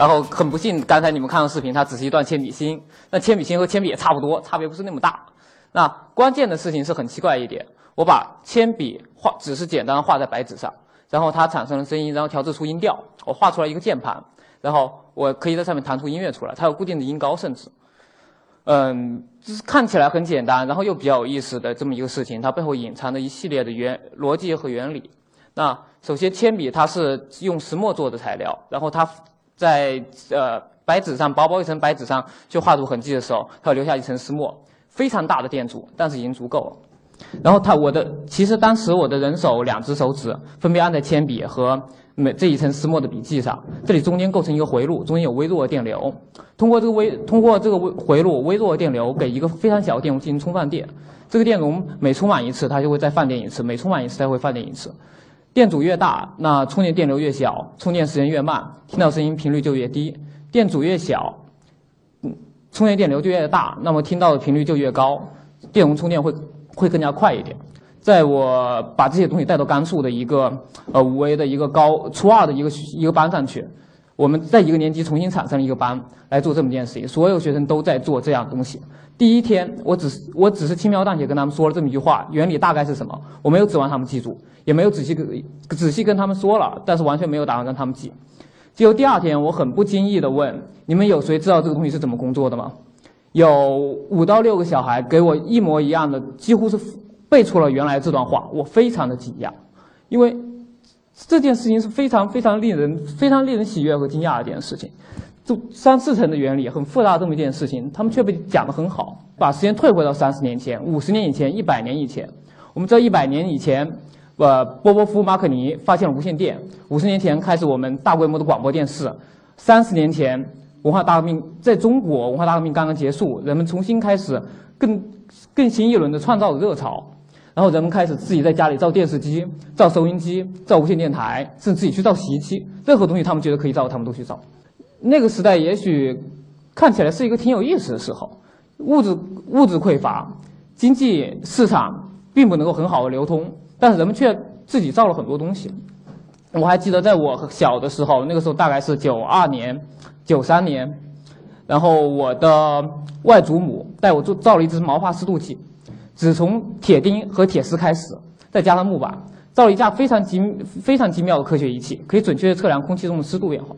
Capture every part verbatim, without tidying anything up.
然后很不幸，刚才你们看到视频，它只是一段铅笔芯。那铅笔芯和铅笔也差不多，差别不是那么大。那关键的事情是很奇怪一点，我把铅笔画只是简单的画在白纸上，然后它产生了声音，然后调制出音调。我画出来一个键盘，然后我可以在上面弹出音乐出来，它有固定的音高，甚至。嗯，这是看起来很简单，然后又比较有意思的这么一个事情，它背后隐藏着一系列的原逻辑和原理。那首先，铅笔它是用石墨做的材料，然后它在呃白纸上薄薄一层白纸上去画出痕迹的时候，它会留下一层石墨，非常大的电阻，但是已经足够了。然后它我的其实当时我的人手两只手指分别按在铅笔和每这一层石墨的笔记上，这里中间构成一个回路，中间有微弱的电流，通过这个微通过这个微回路微弱的电流给一个非常小的电容进行充放电，这个电容每充满一次，它就会再放电一次，每充满一次它会放电一次。电阻越大，那充电电流越小，充电时间越慢，听到声音频率就越低。电阻越小，嗯，充电电流就越大，那么听到的频率就越高，电容充电会会更加快一点。在我把这些东西带到甘肃的一个呃武威的一个高初二的一个一个班上去，我们在一个年级重新产生了一个班来做这么件事情，所有学生都在做这样的东西。第一天，我只是我只是轻描淡写跟他们说了这么一句话，原理大概是什么，我没有指望他们记住，也没有仔细跟仔细跟他们说了，但是完全没有打算让他们记。结果第二天，我很不经意的问：你们有谁知道这个东西是怎么工作的吗？有五到六个小孩给我一模一样的，几乎是背出了原来这段话，我非常的惊讶，因为这件事情是非常非常令人非常令人喜悦和惊讶的一件事情。就三四层的原理很复杂这么一件事情，他们却被讲得很好。把时间退回到三十年前、五十年以前、一百年以前，我们知道一百年以前，呃，波波夫、马可尼发现了无线电；五十年前开始我们大规模的广播电视；三十年前文化大革命在中国文化大革命刚刚结束，人们重新开始更更新一轮的创造的热潮。然后人们开始自己在家里造电视机、造收音机、造无线电台，甚至自己去造洗衣机，任何东西他们觉得可以造，他们都去造。那个时代也许看起来是一个挺有意思的时候，物质物质匮乏，经济市场并不能够很好的流通，但是人们却自己造了很多东西。我还记得在我小的时候，那个时候大概是九二年、九三年，然后我的外祖母带我做造了一只毛发湿度计，只从铁钉和铁丝开始，再加上木板，造了一架非常精非常精妙的科学仪器，可以准确地测量空气中的湿度变化。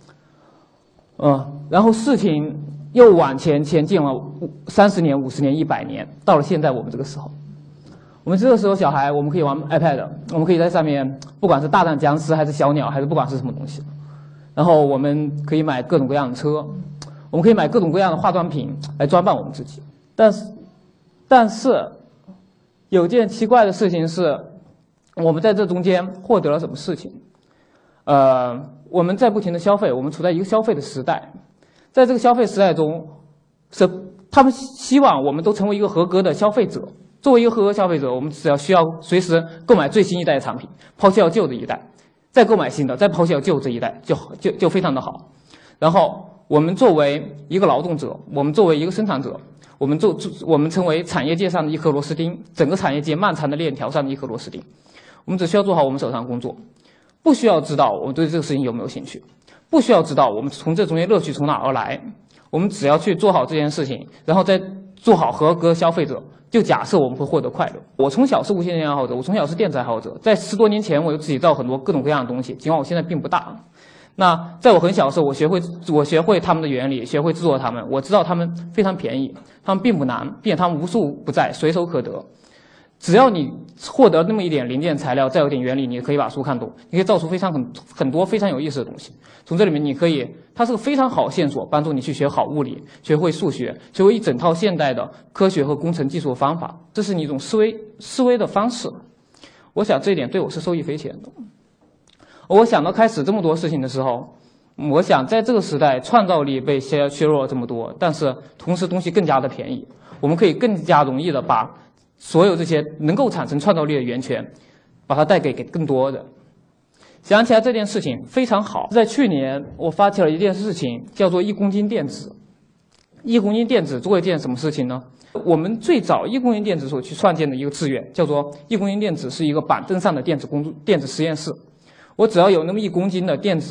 嗯，然后事情又往前前进了三十年、五十年、一百年，到了现在我们这个时候，我们这个时候小孩，我们可以玩 iPad， 我们可以在上面，不管是大战僵尸还是小鸟，还是不管是什么东西，然后我们可以买各种各样的车，我们可以买各种各样的化妆品来装扮我们自己。但是，但是有件奇怪的事情是，我们在这中间获得了什么事情？呃。我们在不停的消费，我们处在一个消费的时代，在这个消费时代中，是他们希望我们都成为一个合格的消费者。作为一个合格消费者，我们只要需要随时购买最新一代的产品，抛弃掉旧的一代，再购买新的，再抛弃掉旧这一代，就就就非常的好。然后我们作为一个劳动者，我们作为一个生产者，我们做我们成为产业界上的一颗螺丝钉，整个产业界漫长的链条上的一颗螺丝钉。我们只需要做好我们手上的工作。不需要知道我们对这个事情有没有兴趣，不需要知道我们从这中间乐趣从哪而来，我们只要去做好这件事情，然后再做好合格消费者，就假设我们会获得快乐。我从小是无线电爱好者，我从小是电子爱好者，在十多年前我就自己造很多各种各样的东西，尽管我现在并不大。那在我很小的时候，我学会我学会他们的原理，学会制作它们，我知道它们非常便宜，它们并不难，并且它们无处不在，随手可得。只要你获得那么一点零件材料，再有点原理，你可以把书看懂，你可以造出非常很很多非常有意思的东西。从这里面，你可以，它是个非常好的线索，帮助你去学好物理，学会数学，学会一整套现代的科学和工程技术的方法。这是你一种思维思维的方式。我想这一点对我是受益匪浅的。我想到开始这么多事情的时候，我想在这个时代，创造力被削削弱了这么多，但是同时东西更加的便宜，我们可以更加容易的把所有这些能够产生创造力的源泉，把它带给给更多人。想起来这件事情非常好，在去年我发起了一件事情，叫做一公斤电子。一公斤电子做一件什么事情呢？我们最早一公斤电子所去创建的一个志愿，叫做一公斤电子是一个板凳上的电子工电子实验室。我只要有那么一公斤的电子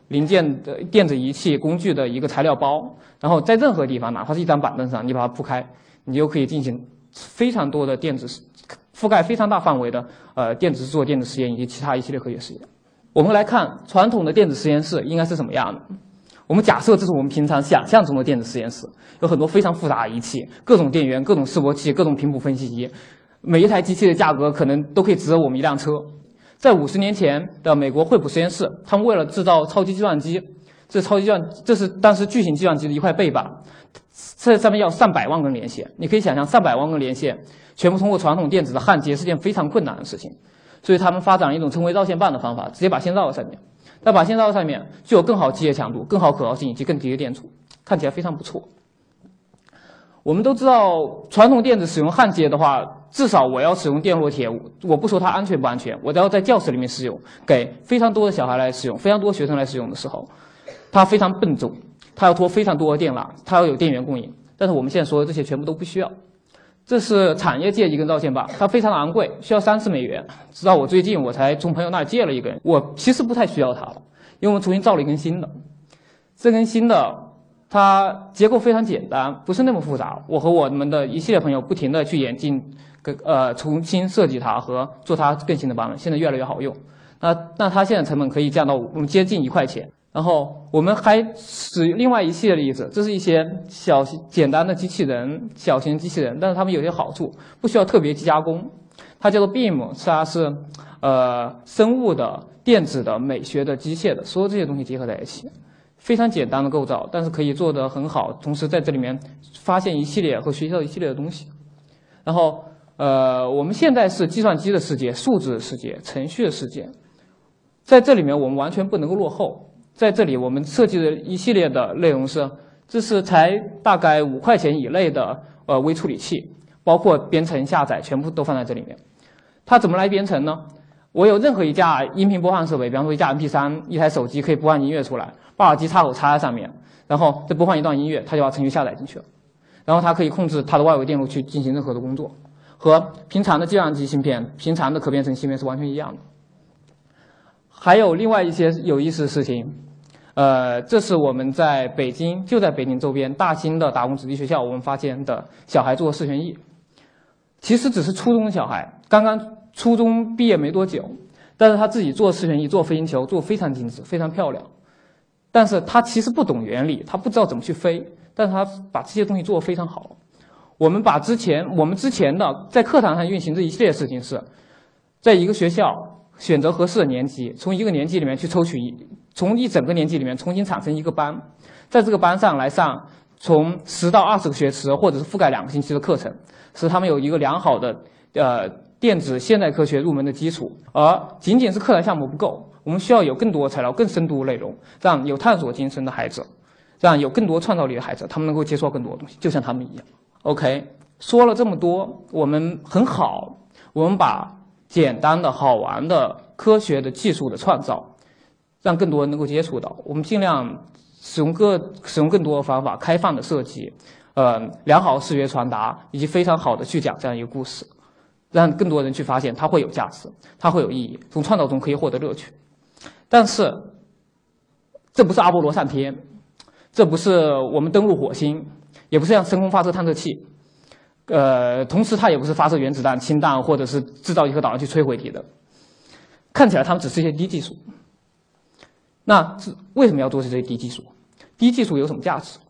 零件的电子仪器工具的一个材料包，然后在任何地方，哪怕是一张板凳上，你把它铺开，你就可以进行非常多的电子覆盖非常大范围的呃电子制作、电子实验以及其他一系列科学实验。我们来看传统的电子实验室应该是什么样的。我们假设这是我们平常想象中的电子实验室，有很多非常复杂的仪器，各种电源、各种示波器、各种频谱分析仪，每一台机器的价格可能都可以值得我们一辆车。在五十年前的美国惠普实验室，他们为了制造超级计算机，这超级计算这是当时巨型计算机的一块背板，这上面要上百万根连线。你可以想象，上百万根连线全部通过传统电子的焊接是件非常困难的事情，所以他们发展了一种称为绕线棒的方法，直接把线绕在上面。那把线绕在上面，就有更好机械强度、更好可靠性以及更低的电阻，看起来非常不错。我们都知道，传统电子使用焊接的话，至少我要使用电烙铁，我不说它安全不安全，我都要在教室里面使用，给非常多的小孩来使用，非常多学生来使用的时候，它非常笨重，它要拖非常多的电缆，它要有电源供应。但是我们现在说的这些全部都不需要。这是产业界一根绕线棒，它非常的昂贵，需要三十美元。直到我最近我才从朋友那里借了一根，我其实不太需要它了，因为我们重新造了一根新的。这根新的它结构非常简单，不是那么复杂。我和我们的一系列朋友不停的去演进，呃，重新设计它和做它更新的版本，现在越来越好用。那那它现在成本可以降到我们接近一块钱。然后我们还使另外一系列例子，这是一些小简单的机器人、小型机器人，但是它们有些好处，不需要特别机加工。它叫做 B I M， 它是呃生物的、电子的、美学的、机械的，所有这些东西结合在一起，非常简单的构造，但是可以做得很好，同时在这里面发现一系列和学习到一系列的东西。然后呃，我们现在是计算机的世界、数字的世界、程序的世界，在这里面我们完全不能够落后。在这里，我们设计的一系列的内容是，这是才大概五块钱以内的呃微处理器，包括编程、下载，全部都放在这里面。它怎么来编程呢？我有任何一架音频播放设备，比方说一架 M P 三，一台手机可以播放音乐出来，把耳机插口插在上面，然后再播放一段音乐，它就把程序下载进去了。然后它可以控制它的外围电路去进行任何的工作，和平常的计算机芯片、平常的可编程芯片是完全一样的。还有另外一些有意思的事情。呃，这是我们在北京，就在北京周边大兴的打工子弟学校，我们发现的小孩做视旋翼，其实只是初中小孩，刚刚初中毕业没多久，但是他自己做视旋翼、做飞行球，做非常精致、非常漂亮。但是他其实不懂原理，他不知道怎么去飞，但是他把这些东西做得非常好。我们把之前我们之前的在课堂上运行这一系列事情是，在一个学校选择合适的年级，从一个年级里面去抽取一。从一整个年级里面重新产生一个班，在这个班上来上从十到二十个学时，或者是覆盖两个星期的课程，使他们有一个良好的呃电子现代科学入门的基础。而仅仅是课堂项目不够，我们需要有更多的材料、更深度的内容，让有探索精神的孩子，让有更多创造力的孩子，他们能够接触到更多的东西，就像他们一样。OK， 说了这么多，我们很好，我们把简单的好玩的科学的技术的创造。让更多人能够接触到，我们尽量使用各使用更多的方法，开放的设计，呃，良好的视觉传达，以及非常好的去讲这样一个故事，让更多人去发现它会有价值，它会有意义，从创造中可以获得乐趣。但是，这不是阿波罗上天，这不是我们登陆火星，也不是像深空发射探测器，呃，同时它也不是发射原子弹、氢弹，或者是制造一颗导弹去摧毁敌人。看起来它们只是一些低技术。那为什么要做这些低技术？低技术有什么价值？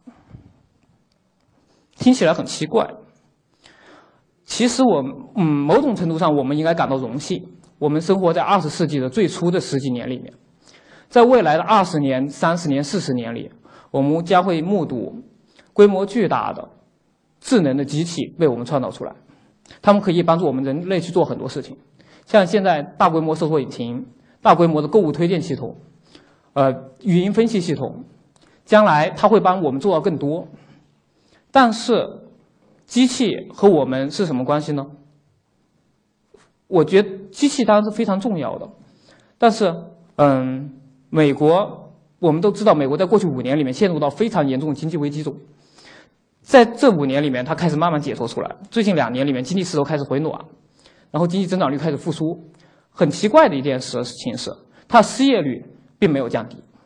听起来很奇怪。其实我嗯，某种程度上我们应该感到荣幸。我们生活在二十世纪的最初的十几年里面，在未来的二十年、三十年、四十年里，我们将会目睹规模巨大的智能的机器被我们创造出来。它们可以帮助我们人类去做很多事情，像现在大规模搜索引擎、大规模的购物推荐系统。呃，语音分析系统，将来它会帮我们做到更多。但是，机器和我们是什么关系呢？我觉得机器当然是非常重要的，但是，嗯，美国我们都知道，美国在过去五年里面陷入到非常严重的经济危机中。在这五年里面，它开始慢慢解脱出来。最近两年里面，经济势头开始回暖，然后经济增长率开始复苏。很奇怪的一件事情是，它失业率并没有降低，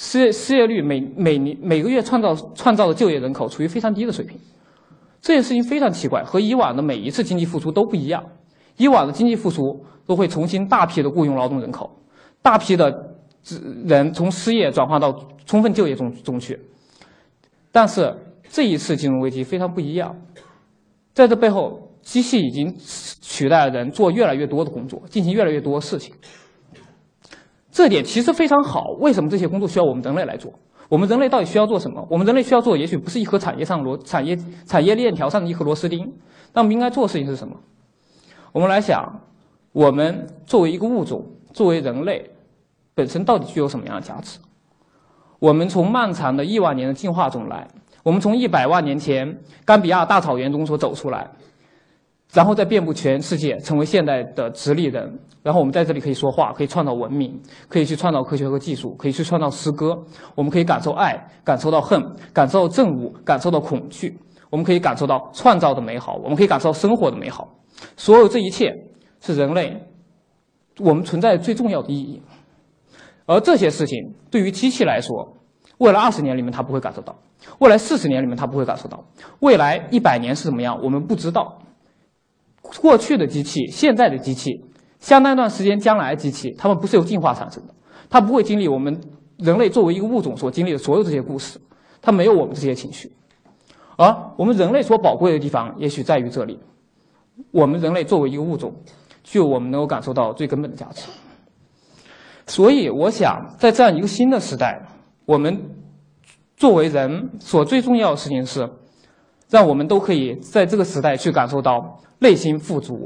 失业失业率每每年每个月创造创造的就业人口处于非常低的水平，这件事情非常奇怪，和以往的每一次经济复苏都不一样。以往的经济复苏都会重新大批的雇佣劳动人口，大批的人从失业转化到充分就业中中去。但是这一次金融危机非常不一样，在这背后，机器已经取代了人做越来越多的工作，进行越来越多的事情。这点其实非常好。为什么这些工作需要我们人类来做？我们人类到底需要做什么？我们人类需要做的也许不是一颗产业上螺产业产业链条上的一颗螺丝钉，那我们应该做的事情是什么？我们来想，我们作为一个物种，作为人类本身到底具有什么样的价值？我们从漫长的亿万年的进化中来，我们从一百万年前冈比亚大草原中所走出来，然后再遍布全世界，成为现代的直立人。然后我们在这里可以说话，可以创造文明，可以去创造科学和技术，可以去创造诗歌。我们可以感受爱，感受到恨，感受到憎恶，感受到恐惧。我们可以感受到创造的美好，我们可以感受到生活的美好。所有这一切是人类我们存在最重要的意义。而这些事情对于机器来说，未来二十年里面它不会感受到，未来四十年里面它不会感受到，未来一百年是怎么样我们不知道。过去的机器，现在的机器，相当一段时间将来的机器，它们不是由进化产生的，它不会经历我们人类作为一个物种所经历的所有这些故事，它没有我们这些情绪。而我们人类所宝贵的地方也许在于这里，我们人类作为一个物种，具有我们能够感受到最根本的价值。所以我想在这样一个新的时代，我们作为人所最重要的事情是让我们都可以在这个时代去感受到内心富足，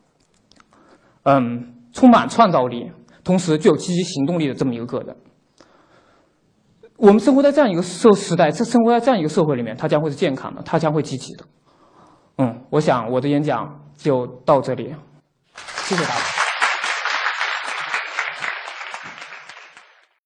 嗯，充满创造力，同时具有积极行动力的这么一个个人。我们生活在这样一个社时代，生活在这样一个社会里面，它将会是健康的，它将会积极的。嗯，我想我的演讲就到这里，谢谢大家。